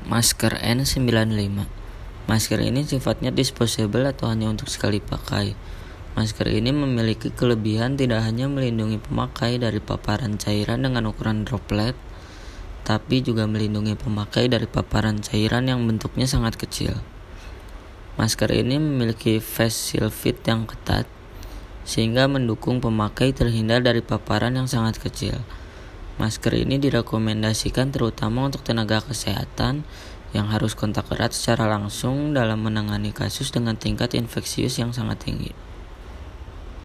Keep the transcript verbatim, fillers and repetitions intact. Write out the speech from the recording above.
Masker N sembilan puluh lima. Masker ini sifatnya disposable atau hanya untuk sekali pakai. Masker ini memiliki kelebihan tidak hanya melindungi pemakai dari paparan cairan dengan ukuran droplet, tapi juga melindungi pemakai dari paparan cairan yang bentuknya sangat kecil. Masker ini memiliki face shield fit yang ketat, sehingga mendukung pemakai terhindar dari paparan yang sangat kecil. Masker ini direkomendasikan terutama untuk tenaga kesehatan yang harus kontak erat secara langsung dalam menangani kasus dengan tingkat infeksius yang sangat tinggi.